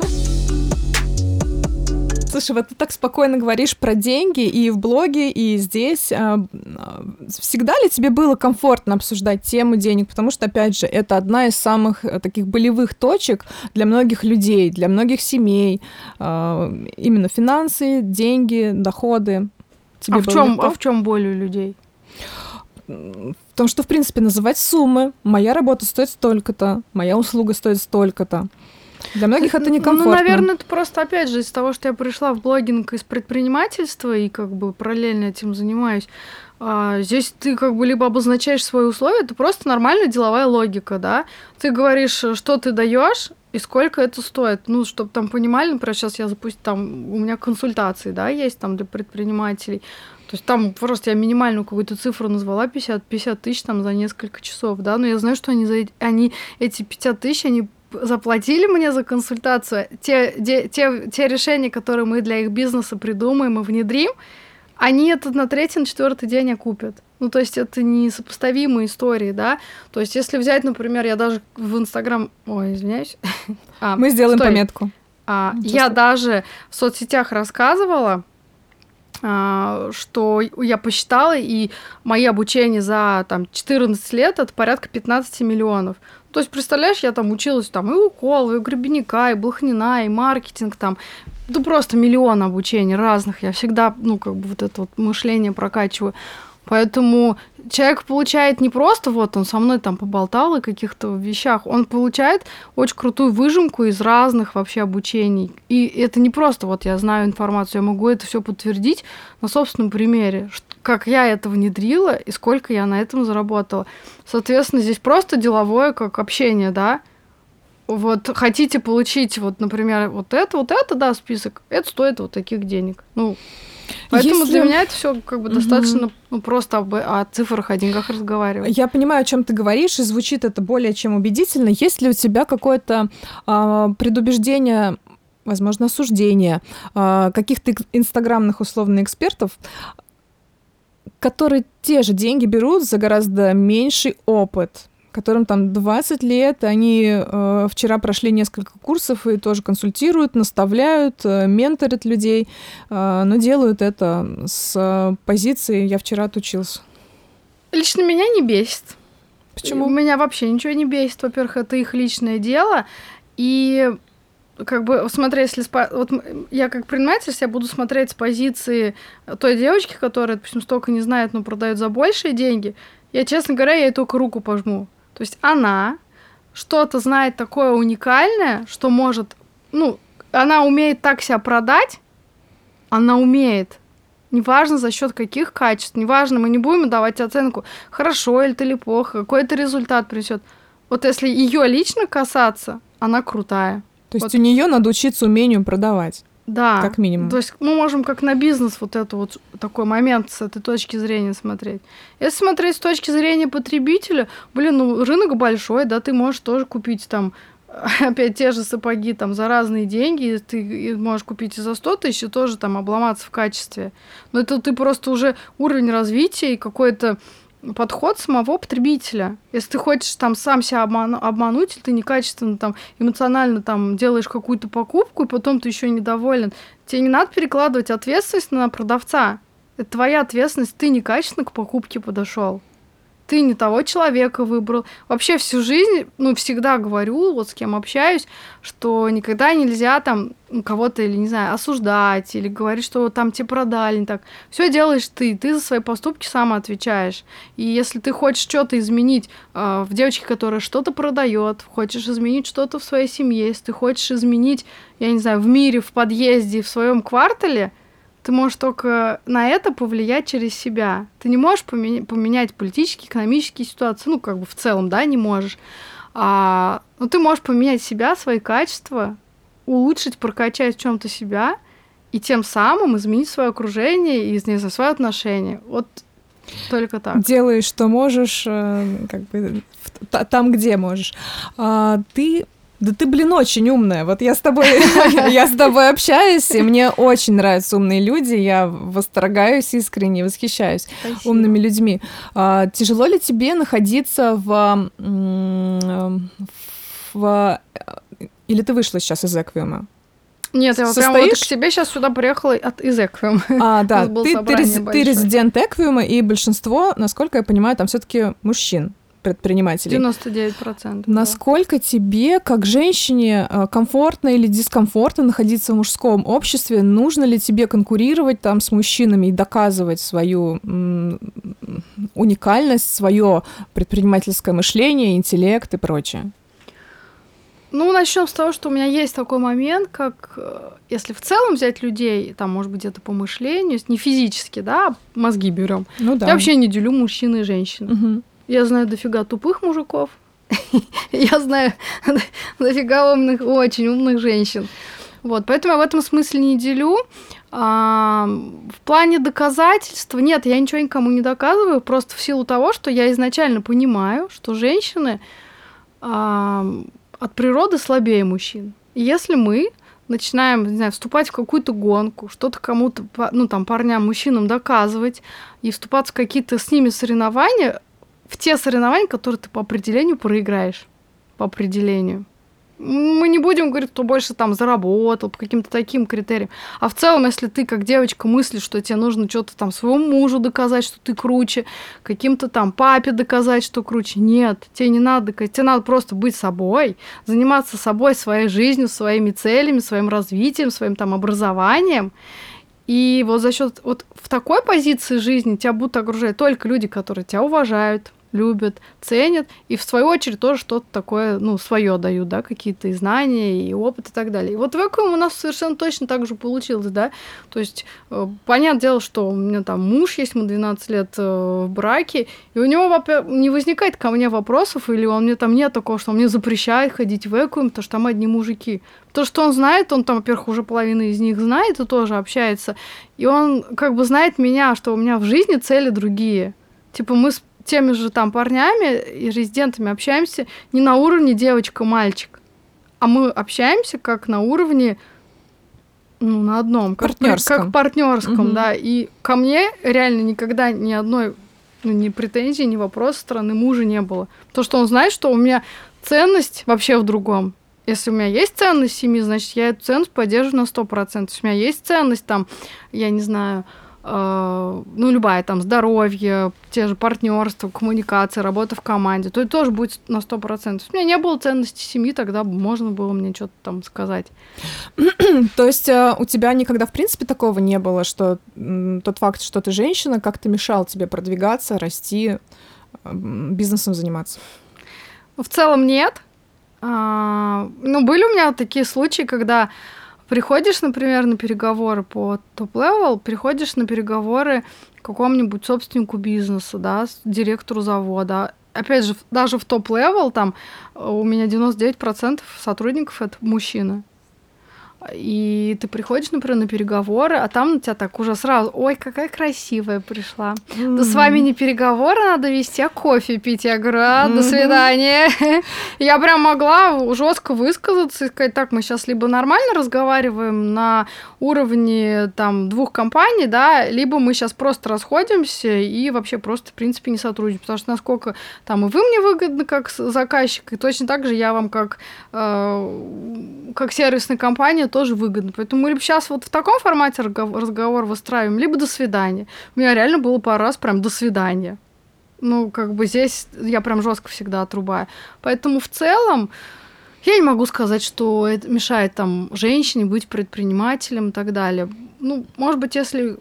Слушай, вот ты так спокойно говоришь про деньги и в блоге, и здесь. Всегда ли тебе было комфортно обсуждать тему денег? Потому что, опять же, это одна из самых таких болевых точек для многих людей, для многих семей. Именно финансы, деньги, доходы. Тебе в чем боль у людей? В том, что, в принципе, называть суммы. Моя работа стоит столько-то, моя услуга стоит столько-то. Для многих это некомфортно. Наверное, это просто, опять же, из-за того, что я пришла в блогинг из предпринимательства и как бы параллельно этим занимаюсь. Здесь ты как бы либо обозначаешь свои условия, это просто нормальная деловая логика, да. Ты говоришь, что ты даешь и сколько это стоит. Чтобы там понимали, например, сейчас я запустила, там у меня консультации, да, есть там для предпринимателей. То есть там просто я минимальную какую-то цифру назвала, 50 тысяч там за несколько часов, да, но я знаю, что они эти 50 тысяч, они заплатили мне за консультацию. Те решения, которые мы для их бизнеса придумаем и внедрим, они это на 3-й, на 4-й день окупят. То есть это несопоставимые истории, да. То есть если взять, например, я даже в Инстаграм... Ой, извиняюсь. Мы сделаем пометку. Я даже в соцсетях рассказывала, что я посчитала, и мои обучения за 14 лет — это порядка 15 миллионов. То есть, представляешь, я там училась и у Колова, и у Гребенника, и Блохнина, и маркетинг, Да просто миллион обучений разных. Я всегда, вот это вот мышление прокачиваю. Поэтому человек получает не просто вот он со мной там поболтал о каких-то вещах, он получает очень крутую выжимку из разных вообще обучений. И это не просто вот я знаю информацию, я могу это все подтвердить на собственном примере, как я это внедрила и сколько я на этом заработала. Соответственно, здесь просто деловое как общение, да. Вот хотите получить, вот, например, вот это, да, список, это стоит вот таких денег. Поэтому для меня это все как бы достаточно просто о цифрах, о деньгах разговаривать. Я понимаю, о чем ты говоришь, и звучит это более чем убедительно. Есть ли у тебя какое-то предубеждение, возможно, осуждение каких-то инстаграмных условно экспертов, которые те же деньги берут за гораздо меньший опыт, которым там 20 лет, они вчера прошли несколько курсов и тоже консультируют, наставляют, менторят людей, но делают это с позиции «я вчера отучился». Лично меня не бесит. Почему? Меня вообще ничего не бесит. Во-первых, это их личное дело. И как бы, смотри, если вот я как предприниматель, я буду смотреть с позиции той девочки, которая, допустим, столько не знает, но продает за большие деньги, я, честно говоря, ей только руку пожму. То есть она что-то знает такое уникальное, что может... она умеет так себя продать, она умеет. Неважно, за счет каких качеств, неважно, мы не будем давать оценку, хорошо или плохо, какой это результат принесет. Вот если ее лично касаться, она крутая. То есть у нее надо учиться умению продавать. Да. Как минимум. То есть мы можем как на бизнес вот это вот такой момент с этой точки зрения смотреть. Если смотреть с точки зрения потребителя, рынок большой, да, ты можешь тоже купить там опять те же сапоги там за разные деньги, ты можешь купить и за 100 тысяч, и тоже там обломаться в качестве. Но это ты просто уже уровень развития и какой-то подход самого потребителя. Если ты хочешь там сам себя обмануть, или ты некачественно там эмоционально там делаешь какую-то покупку, и потом ты еще недоволен, тебе не надо перекладывать ответственность на продавца. Это твоя ответственность, ты некачественно к покупке подошел. Ты не того человека выбрал. Вообще всю жизнь, всегда говорю, вот с кем общаюсь, что никогда нельзя там кого-то, или, не знаю, осуждать, или говорить, что там тебе продали, не так. Все делаешь ты за свои поступки сам отвечаешь. И если ты хочешь что-то изменить в девочке, которая что-то продает, хочешь изменить что-то в своей семье, если ты хочешь изменить, я не знаю, в мире, в подъезде, в своем квартале, ты можешь только на это повлиять через себя. Ты не можешь поменять политические, экономические ситуации, в целом, да, не можешь. Но ты можешь поменять себя, свои качества, улучшить, прокачать в чем-то себя и тем самым изменить свое окружение и, не знаю, свои отношения. Вот только так. Делай, что можешь, там, где можешь. Да ты, очень умная. Вот я с тобой общаюсь, и мне очень нравятся умные люди. Я восторгаюсь искренне, восхищаюсь Спасибо. Умными людьми. Тяжело ли тебе находиться или ты вышла сейчас из Эквиума? Нет, я прямо вот к тебе сейчас сюда приехала из Эквиума. Да, ты резидент Эквиума, и большинство, насколько я понимаю, там все-таки мужчин. Предпринимателей. 99%. Насколько тебе, как женщине, комфортно или дискомфортно находиться в мужском обществе? Нужно ли тебе конкурировать там с мужчинами и доказывать свою уникальность, свое предпринимательское мышление, интеллект и прочее? Начнем с того, что у меня есть такой момент, как если в целом взять людей, там, может быть, где-то по мышлению, не физически, да, мозги берем. Я вообще не делю мужчин и женщин. Угу. Я знаю дофига тупых мужиков, я знаю дофига очень умных женщин. Вот, поэтому я в этом смысле не делю. В плане доказательства, нет, я ничего никому не доказываю, просто в силу того, что я изначально понимаю, что женщины от природы слабее мужчин. И если мы начинаем, не знаю, вступать в какую-то гонку, что-то кому-то, парням, мужчинам доказывать и вступать в какие-то с ними соревнования, в те соревнования, которые ты по определению проиграешь. По определению. Мы не будем говорить, кто больше там заработал по каким-то таким критериям. А в целом, если ты как девочка мыслишь, что тебе нужно что-то там своему мужу доказать, что ты круче, каким-то там папе доказать, что круче. Нет, тебе не надо доказать. Тебе надо просто быть собой, заниматься собой, своей жизнью, своими целями, своим развитием, своим там образованием. И вот за счет вот в такой позиции жизни тебя будут окружать только люди, которые тебя уважают, любят, ценят, и в свою очередь тоже что-то такое, ну, свое дают, да, какие-то и знания, и опыт, и так далее. И вот в Эквиум у нас совершенно точно так же получилось, да, то есть, понятное дело, что у меня там муж есть, мы 12 лет в браке, и у него не возникает ко мне вопросов, или он мне там нет такого, что он мне запрещает ходить в Эквиум, потому что там одни мужики. То, что он знает, он там, во-первых, уже половина из них знает и тоже общается, и он как бы знает меня, что у меня в жизни цели другие. Типа мы с теми же там парнями и резидентами общаемся не на уровне девочка-мальчик, а мы общаемся как на уровне, ну, на одном, как партнерском, да. И ко мне реально никогда ни одной, ну, ни претензии, ни вопроса со стороны мужа не было. То, что он знает, что у меня ценность вообще в другом. Если у меня есть ценность семьи, значит, я эту ценность поддерживаю на 100%. Если у меня есть ценность, там, я не знаю, ну, любая там здоровье, те же партнерства, коммуникация, работа в команде, то это тоже будет на 100%. У меня не было ценности семьи, тогда можно было мне что-то там сказать. То есть у тебя никогда, в принципе, такого не было, что тот факт, что ты женщина, как-то мешал тебе продвигаться, расти, бизнесом заниматься? В целом нет. Ну, были у меня такие случаи, когда приходишь, например, на переговоры по топ-левел, приходишь на переговоры к какому-нибудь собственнику бизнеса, да, директору завода. Опять же, даже в топ-левел там у меня 99% сотрудников — это мужчины. И ты приходишь, например, на переговоры, а там на тебя так уже сразу: ой, какая красивая пришла. Да с вами не переговоры надо вести, а кофе пить. Я говорю: до свидания. Я прям могла жестко высказаться и сказать: так, мы сейчас либо нормально разговариваем на уровне там 2 компаний, да, либо мы сейчас просто расходимся и вообще просто, в принципе, не сотрудничаем. Потому что насколько там и вы мне выгодны как заказчик, и точно так же я вам как сервисная компания тоже выгодно. Поэтому мы либо сейчас вот в таком формате разговор выстраиваем, либо до свидания. У меня реально было пару раз прям до свидания. Ну, как бы здесь я прям жестко всегда отрубаю. Поэтому в целом я не могу сказать, что это мешает там женщине быть предпринимателем и так далее. Ну, может быть,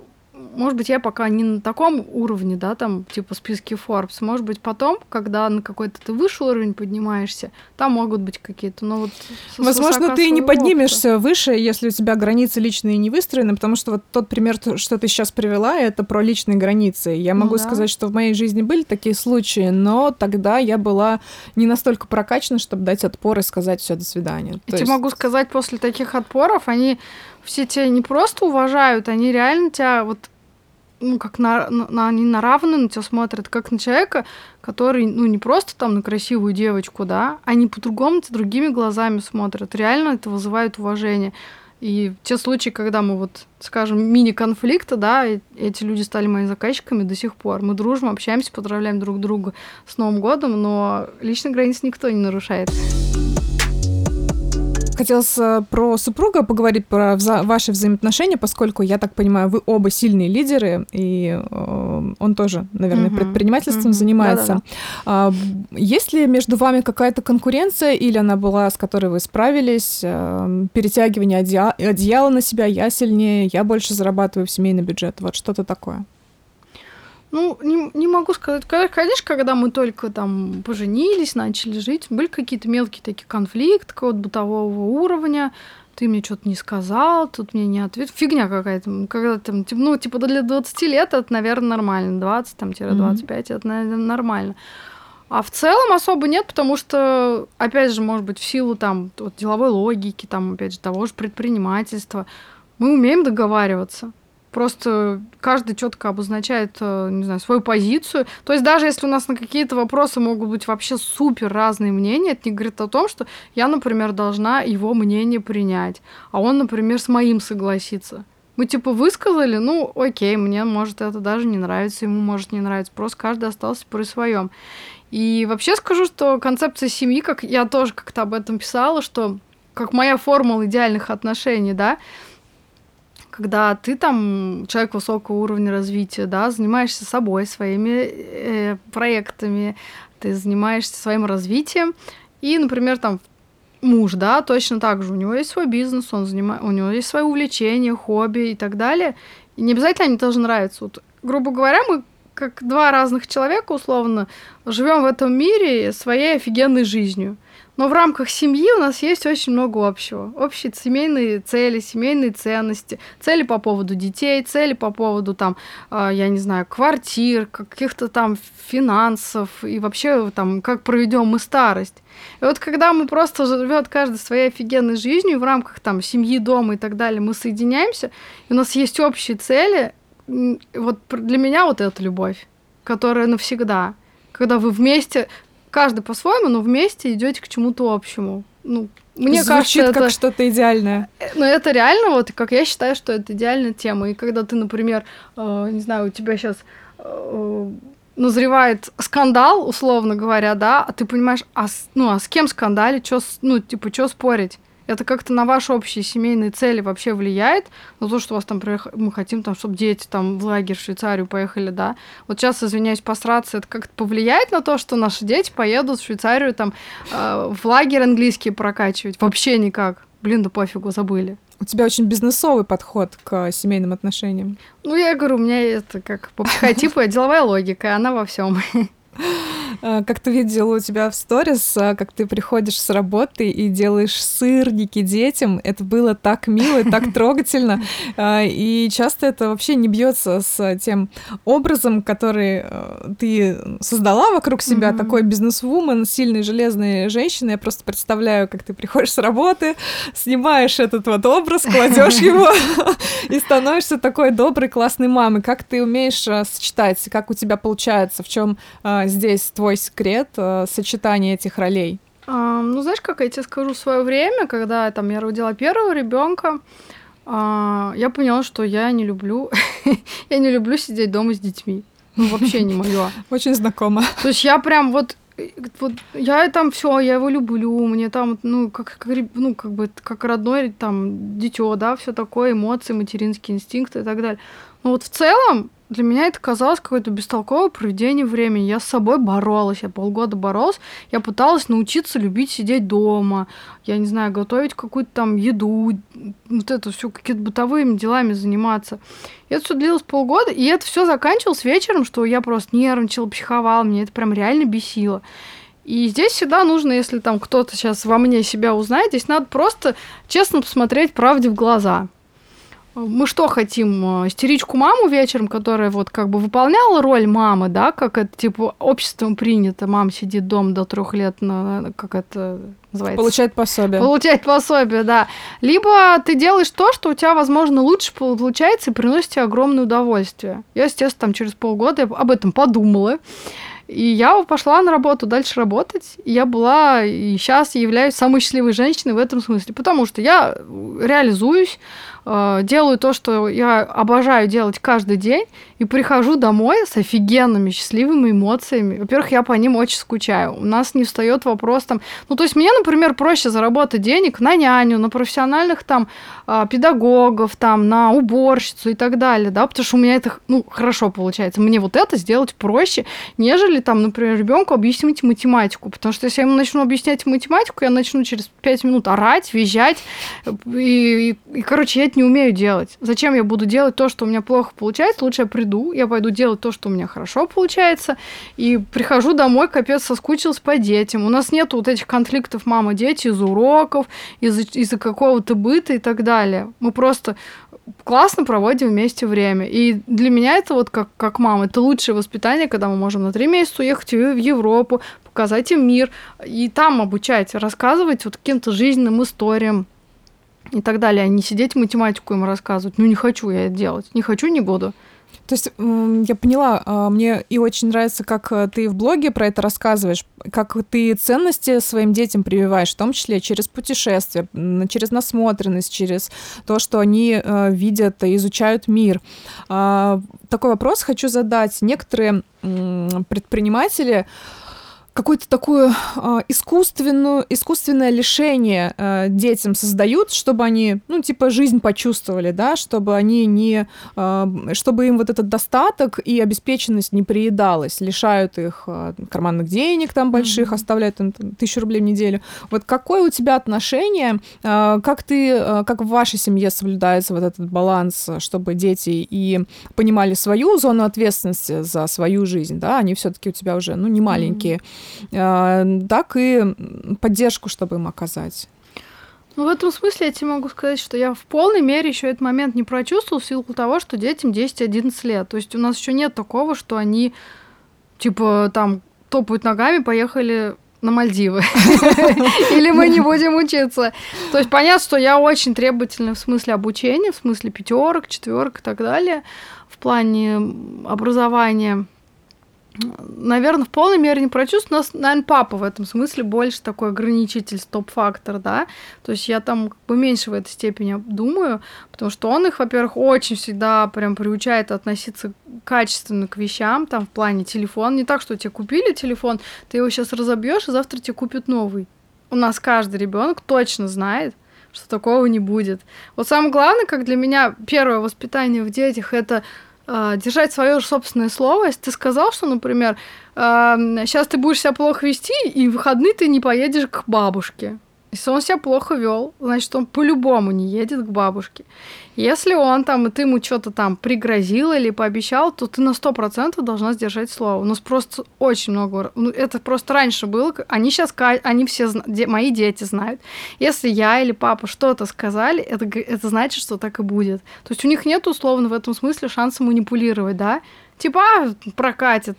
я пока не на таком уровне, да, там, типа списки Forbes. Может быть, потом, когда на какой-то ты выше уровень поднимаешься, там могут быть какие-то, но вот... Возможно, ты не поднимешься выше, если у тебя границы личные не выстроены, потому что вот тот пример, что ты сейчас привела, это про личные границы. Я могу сказать, что в моей жизни были такие случаи, но тогда я была не настолько прокачана, чтобы дать отпор и сказать: все, до свидания. Я тебе могу сказать, после таких отпоров они все тебя не просто уважают, они реально тебя вот, ну, как они на равную на тебя смотрят, как на человека, который, ну, не просто там на красивую девочку, да, они по-другому тебя другими глазами смотрят. Реально это вызывает уважение. И те случаи, когда мы вот, скажем, мини-конфликта, да, эти люди стали моими заказчиками до сих пор. Мы дружим, общаемся, поздравляем друг друга с Новым годом, но личных границ никто не нарушает. Хотелось про супруга поговорить, про ваши взаимоотношения, поскольку, я так понимаю, вы оба сильные лидеры, и он тоже, наверное, предпринимательством занимается. Да-да-да. Есть ли между вами какая-то конкуренция, или она была, с которой вы справились? Перетягивание одеяла на себя: я сильнее, я больше зарабатываю в семейный бюджет. Вот что-то такое. Ну, не могу сказать. Конечно, когда мы только там поженились, начали жить, были какие-то мелкие такие конфликты какого-то бытового уровня. Ты мне что-то не сказал, тут мне не ответил. Фигня какая-то. Когда там, ну, типа для 20 лет это, наверное, нормально. 20-25 это, наверное, нормально. А в целом особо нет, потому что, опять же, может быть, в силу там вот, деловой логики, там, опять же, того же предпринимательства, мы умеем договариваться. Просто каждый четко обозначает, не знаю, свою позицию. То есть даже если у нас на какие-то вопросы могут быть вообще супер разные мнения, это не говорит о том, что я, например, должна его мнение принять, а он, например, с моим согласится. Мы типа высказали, ну окей, мне может это даже не нравится, ему может не нравиться, просто каждый остался при своем. И вообще скажу, что концепция семьи, как я тоже как-то об этом писала, что как моя формула идеальных отношений, да, когда ты там человек высокого уровня развития, да, занимаешься собой, своими проектами, ты занимаешься своим развитием, и, например, там муж, да, точно так же, у него есть свой бизнес, у него есть свои увлечения, хобби и так далее, и не обязательно они тоже нравятся. Вот, грубо говоря, мы как два разных человека, условно, живем в этом мире своей офигенной жизнью. Но в рамках семьи у нас есть очень много общего. Общие семейные цели, семейные ценности, цели по поводу детей, цели по поводу, там, я не знаю, квартир, каких-то там финансов и вообще, там, как проведем мы старость. И вот когда мы просто живет каждый своей офигенной жизнью, в рамках там семьи, дома и так далее, мы соединяемся, и у нас есть общие цели, вот для меня вот это любовь, которая навсегда. Когда вы вместе... Каждый по-своему, но вместе идете к чему-то общему. Ну, мне Звучит кажется, как это что-то идеальное. Но это реально, вот как я считаю, что это идеальная тема. И когда ты, например, не знаю, у тебя сейчас назревает скандал, условно говоря, да, а ты понимаешь, а с кем скандалить, чё спорить? Это как-то на ваши общие семейные цели вообще влияет? На то, что у вас там мы хотим, там, чтобы дети там в лагерь в Швейцарию поехали, да? Вот сейчас, извиняюсь, посраться, это как-то повлияет на то, что наши дети поедут в Швейцарию там в лагерь английский прокачивать? Вообще никак. Блин, да пофигу, забыли. У тебя очень бизнесовый подход к семейным отношениям. Ну, я говорю, у меня это как по психотипу деловая логика, она во всем. Как-то видела у тебя в сторис, как ты приходишь с работы и делаешь сырники детям. Это было так мило и так трогательно. И часто это вообще не бьется с тем образом, который ты создала вокруг себя, такой бизнес-вумен, сильной железной женщины. Я просто представляю, как ты приходишь с работы, снимаешь этот вот образ, кладешь его и становишься такой доброй, классной мамой. Как ты умеешь сочетать, как у тебя получается, в чем здесь твой секрет сочетания этих ролей? Ну, знаешь, как я тебе скажу, в свое время, когда там я родила первого ребенка, я поняла, что я не люблю сидеть дома с детьми. Ну, вообще не моё. Очень знакомо. То есть я прям вот я там все, я его люблю, мне там, как родной там дитё, да, все такое, эмоции, материнские инстинкты и так далее. Но вот в целом для меня это казалось какое-то бестолковое проведение времени. Я с собой боролась, я полгода боролась, я пыталась научиться любить сидеть дома, я не знаю, готовить какую-то там еду, вот это все какими-то бытовыми делами заниматься. И это все длилось полгода, и это все заканчивалось вечером, что я просто нервничала, психовала, мне это прям реально бесило. И здесь всегда нужно, если там кто-то сейчас во мне себя узнает, здесь надо просто честно посмотреть правде в глаза. Мы что хотим? Истеричку-маму вечером, которая вот как бы выполняла роль мамы, да, как это типа обществом принято, мама сидит дома до 3 лет, как это называется? Получает пособие. Получает пособие, да. Либо ты делаешь то, что у тебя, возможно, лучше получается и приносит тебе огромное удовольствие. Я, естественно, там через полгода об этом подумала. И я пошла на работу дальше работать. И я была, и сейчас являюсь самой счастливой женщиной в этом смысле. Потому что я реализуюсь, делаю то, что я обожаю делать каждый день, и прихожу домой с офигенными счастливыми эмоциями. Во-первых, я по ним очень скучаю. У нас не встает вопрос там... Ну, то есть мне, например, проще заработать денег на няню, на профессиональных там педагогов, там, на уборщицу и так далее, да, потому что у меня это, хорошо получается. Мне вот это сделать проще, нежели там, например, ребенку объяснить математику, потому что если я ему начну объяснять математику, я начну через 5 минут орать, визжать, и короче, я это не умею делать. Зачем я буду делать то, что у меня плохо получается? Лучше я приду, я пойду делать то, что у меня хорошо получается, и прихожу домой, капец, соскучилась по детям. У нас нет вот этих конфликтов мама-дети из-за уроков, из-за какого-то быта и так далее. Мы просто классно проводим вместе время. И для меня это вот как мама, это лучшее воспитание, когда мы можем на 3 месяца уехать в Европу, показать им мир, и там обучать, рассказывать вот каким-то жизненным историям и так далее, а не сидеть математику им рассказывать. Не хочу я это делать. Не хочу, не буду. То есть я поняла, мне и очень нравится, как ты в блоге про это рассказываешь, как ты ценности своим детям прививаешь, в том числе через путешествия, через насмотренность, через то, что они видят и изучают мир. Такой вопрос хочу задать. Некоторые предприниматели какое-то такое искусственное лишение детям создают, чтобы они, жизнь почувствовали, да, чтобы они чтобы им вот этот достаток и обеспеченность не приедалась, лишают их карманных денег там больших, оставляют им 1000 рублей в неделю. Вот какое у тебя отношение, как в вашей семье соблюдается вот этот баланс, чтобы дети и понимали свою зону ответственности за свою жизнь, да, они все-таки у тебя уже, не маленькие, так и поддержку, чтобы им оказать. В этом смысле я тебе могу сказать, что я в полной мере еще этот момент не прочувствовала в силу того, что детям 10-11 лет. То есть у нас еще нет такого, что они там топают ногами, поехали на Мальдивы. Или мы не будем учиться. То есть понятно, что я очень требовательна в смысле обучения, в смысле 5, 4 и так далее, в плане образования. Наверное, в полной мере не прочувствую. У нас, наверное, папа в этом смысле больше такой ограничитель, стоп-фактор, да. То есть я там меньше в этой степени думаю, потому что он их, во-первых, очень всегда прям приучает относиться качественно к вещам, там, в плане телефона. Не так, что тебе купили телефон, ты его сейчас разобьешь, и завтра тебе купят новый. У нас каждый ребенок точно знает, что такого не будет. Вот самое главное, как для меня, первое воспитание в детях — это держать свое же собственное слово. Если ты сказал, что, например, сейчас ты будешь себя плохо вести, и в выходные ты не поедешь к бабушке. Если он себя плохо вел, значит, он по-любому не едет к бабушке. Если он и ты ему что-то пригрозил или пообещал, то ты на 100% должна сдержать слово. У нас просто очень много... это просто раньше было. Они все, мои дети знают. Если я или папа что-то сказали, это значит, что так и будет. То есть у них нет, условно, в этом смысле шанса манипулировать, да? Прокатит,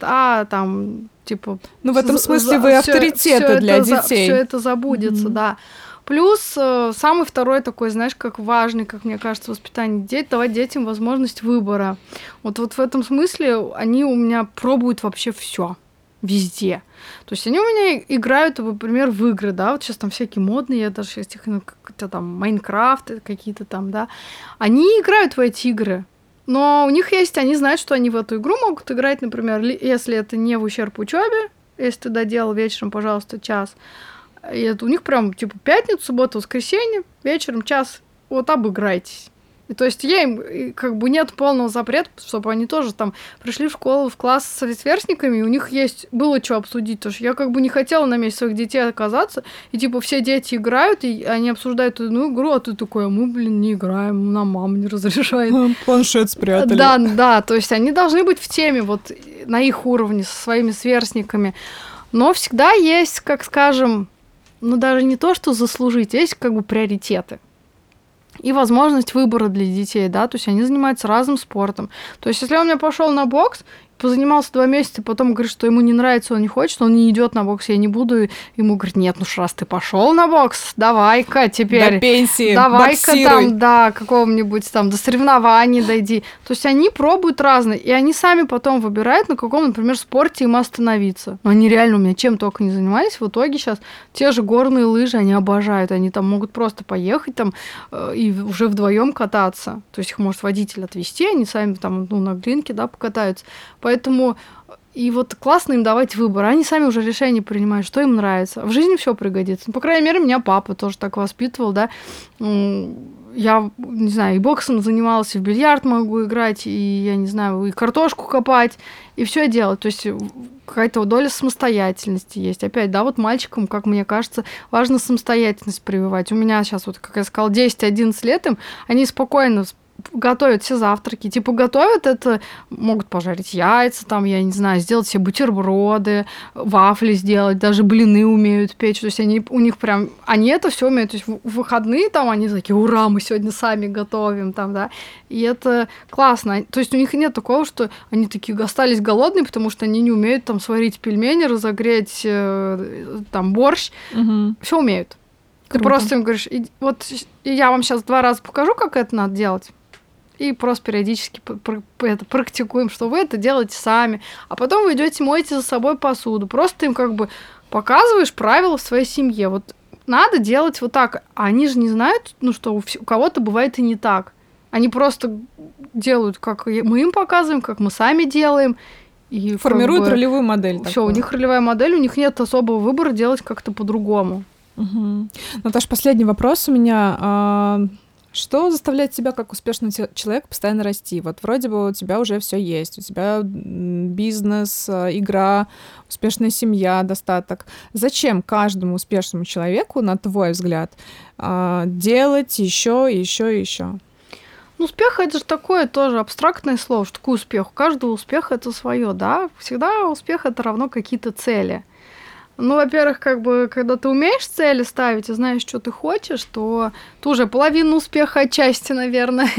в этом смысле вы авторитеты для детей. Все это забудется, да. Плюс самый второй такой, знаешь, как важный, как мне кажется, воспитание детей, давать детям возможность выбора. Вот в этом смысле они у меня пробуют вообще все везде. То есть они у меня играют, например, в игры, да, вот сейчас там всякие модные, я даже сейчас какие-то там Майнкрафт, какие-то там, да, они играют в эти игры. Но у них есть, они знают, что они в эту игру могут играть, например, если это не в ущерб учебе, если ты доделал вечером, пожалуйста, час. И это у них прям пятница, суббота, воскресенье, вечером час, вот обыграйтесь. И то есть я им нет полного запрета, чтобы они тоже пришли в школу, в класс с сверстниками, и у них было что обсудить. Потому что я не хотела на месте своих детей оказаться, и все дети играют, и они обсуждают одну игру, а ты такой, мы, не играем, нам мама не разрешает. Планшет спрятали. Да, то есть они должны быть в теме, на их уровне, со своими сверстниками. Но всегда есть, как скажем, даже не то, что заслужить, есть приоритеты. И возможность выбора для детей, да, то есть они занимаются разным спортом. То есть если он у меня пошел на бокс, позанимался 2 месяца, потом говорит, что ему не нравится, он не хочет, он не идет на бокс, я не буду. Ему говорит, нет, раз ты пошел на бокс, давай-ка теперь. До пенсии давай-ка какого-нибудь до соревнований дойди. То есть они пробуют разные, и они сами потом выбирают, на каком, например, спорте им остановиться. Но они реально у меня чем только не занимались. В итоге сейчас те же горные лыжи они обожают. Они могут просто поехать и уже вдвоем кататься. То есть их может водитель отвезти, они сами на глинке, да, покатаются. Поэтому и классно им давать выбор. Они сами уже решение принимают, что им нравится. В жизни все пригодится. По крайней мере, меня папа тоже так воспитывал, да. Я, не знаю, и боксом занималась, и в бильярд могу играть, и, я не знаю, и картошку копать, и все делать. То есть какая-то доля самостоятельности есть. Опять, да, мальчикам, как мне кажется, важно самостоятельность прививать. У меня сейчас, как я сказала, 10-11 лет им, они спокойно готовят все завтраки. готовят это, могут пожарить яйца, я не знаю, сделать себе бутерброды, вафли сделать, даже блины умеют печь. То есть у них прям, они это все умеют. То есть в выходные они такие, ура, мы сегодня сами готовим, да. И это классно. То есть у них нет такого, что они такие остались голодные, потому что они не умеют сварить пельмени, разогреть борщ. Все умеют. Круто. Ты просто им говоришь, я вам сейчас 2 раза покажу, как это надо делать. И просто периодически это практикуем, что вы это делаете сами. А потом вы идете моете за собой посуду. Просто им показываешь правила в своей семье. Надо делать так. А они же не знают, что у кого-то бывает и не так. Они просто делают, как мы им показываем, как мы сами делаем. И формируют ролевую модель. Все, у них ролевая модель, у них нет особого выбора делать как-то по-другому. Угу. Наташ, последний вопрос у меня. Что заставляет тебя, как успешный человек, постоянно расти? Вот вроде бы у тебя уже все есть, у тебя бизнес, игра, успешная семья, достаток. Зачем каждому успешному человеку, на твой взгляд, делать еще? Ну, успех — это же такое тоже абстрактное слово. Что такое успех? У каждого успеха это свое, да? Всегда успех — это равно какие-то цели. Ну, во-первых, когда ты умеешь цели ставить и знаешь, что ты хочешь, то ты уже половина успеха отчасти, наверное.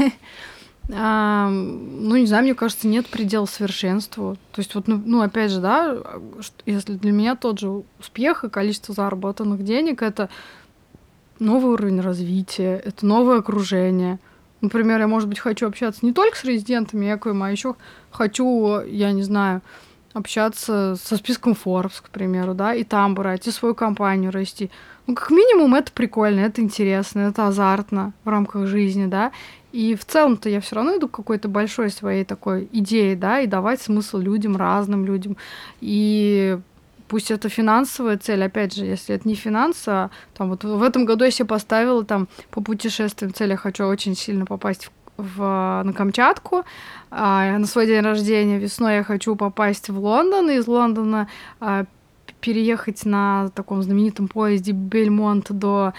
Ну, не знаю, мне кажется, нет предела совершенству. То есть, опять же, да, если для меня тот же успех и количество заработанных денег — это новый уровень развития, это новое окружение. Например, я, может быть, хочу общаться не только с резидентами Эквима, а еще хочу, я не знаю, общаться со списком Forbes, к примеру, да, и там брать, и свою компанию расти. Ну, как минимум, это прикольно, это интересно, это азартно в рамках жизни, да. И в целом-то я все равно иду к какой-то большой своей такой идее, да, и давать смысл людям, разным людям. И пусть это финансовая цель, опять же, если это не финансы, а там вот в этом году я себе поставила там по путешествиям цель, я хочу очень сильно попасть на Камчатку. На свой день рождения весной я хочу попасть в Лондон, и из Лондона переехать на таком знаменитом поезде Бельмонт до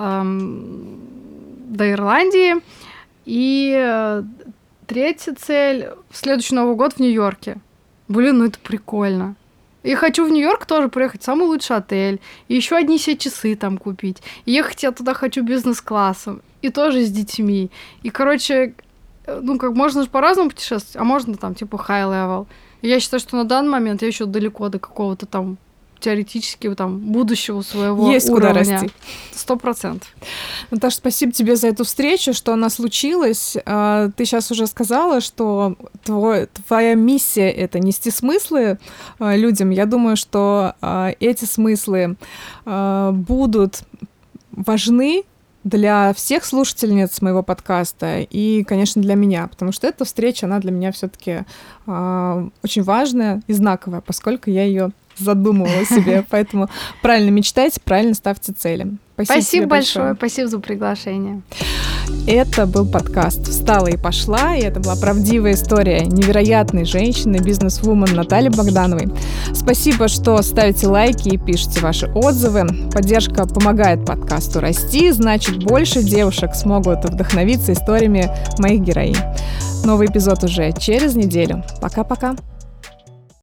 Ирландии. И третья цель — в следующий Новый год в Нью-Йорке. Блин, ну это прикольно. И хочу в Нью-Йорк тоже приехать в самый лучший отель, и еще одни себе часы там купить. И ехать я туда хочу бизнес-классом, и тоже с детьми. И, короче, можно же по-разному путешествовать, а можно там типа high level. И я считаю, что на данный момент я еще далеко до какого-то там теоретически там будущего своего есть уровня. Есть куда расти. 100%. Наташа, спасибо тебе за эту встречу, что она случилась. Ты сейчас уже сказала, что твоя миссия — это нести смыслы людям. Я думаю, что эти смыслы будут важны для всех слушательниц моего подкаста и, конечно, для меня, потому что эта встреча, она для меня все-таки очень важная и знаковая, поскольку я ее задумывала себе. Поэтому правильно мечтайте, правильно ставьте цели. Спасибо большое. Спасибо за приглашение. Это был подкаст «Встала и пошла», и это была правдивая история невероятной женщины, бизнес-вумен Натальи Богдановой. Спасибо, что ставите лайки и пишете ваши отзывы. Поддержка помогает подкасту расти, значит, больше девушек смогут вдохновиться историями моих героинь. Новый эпизод уже через неделю. Пока-пока.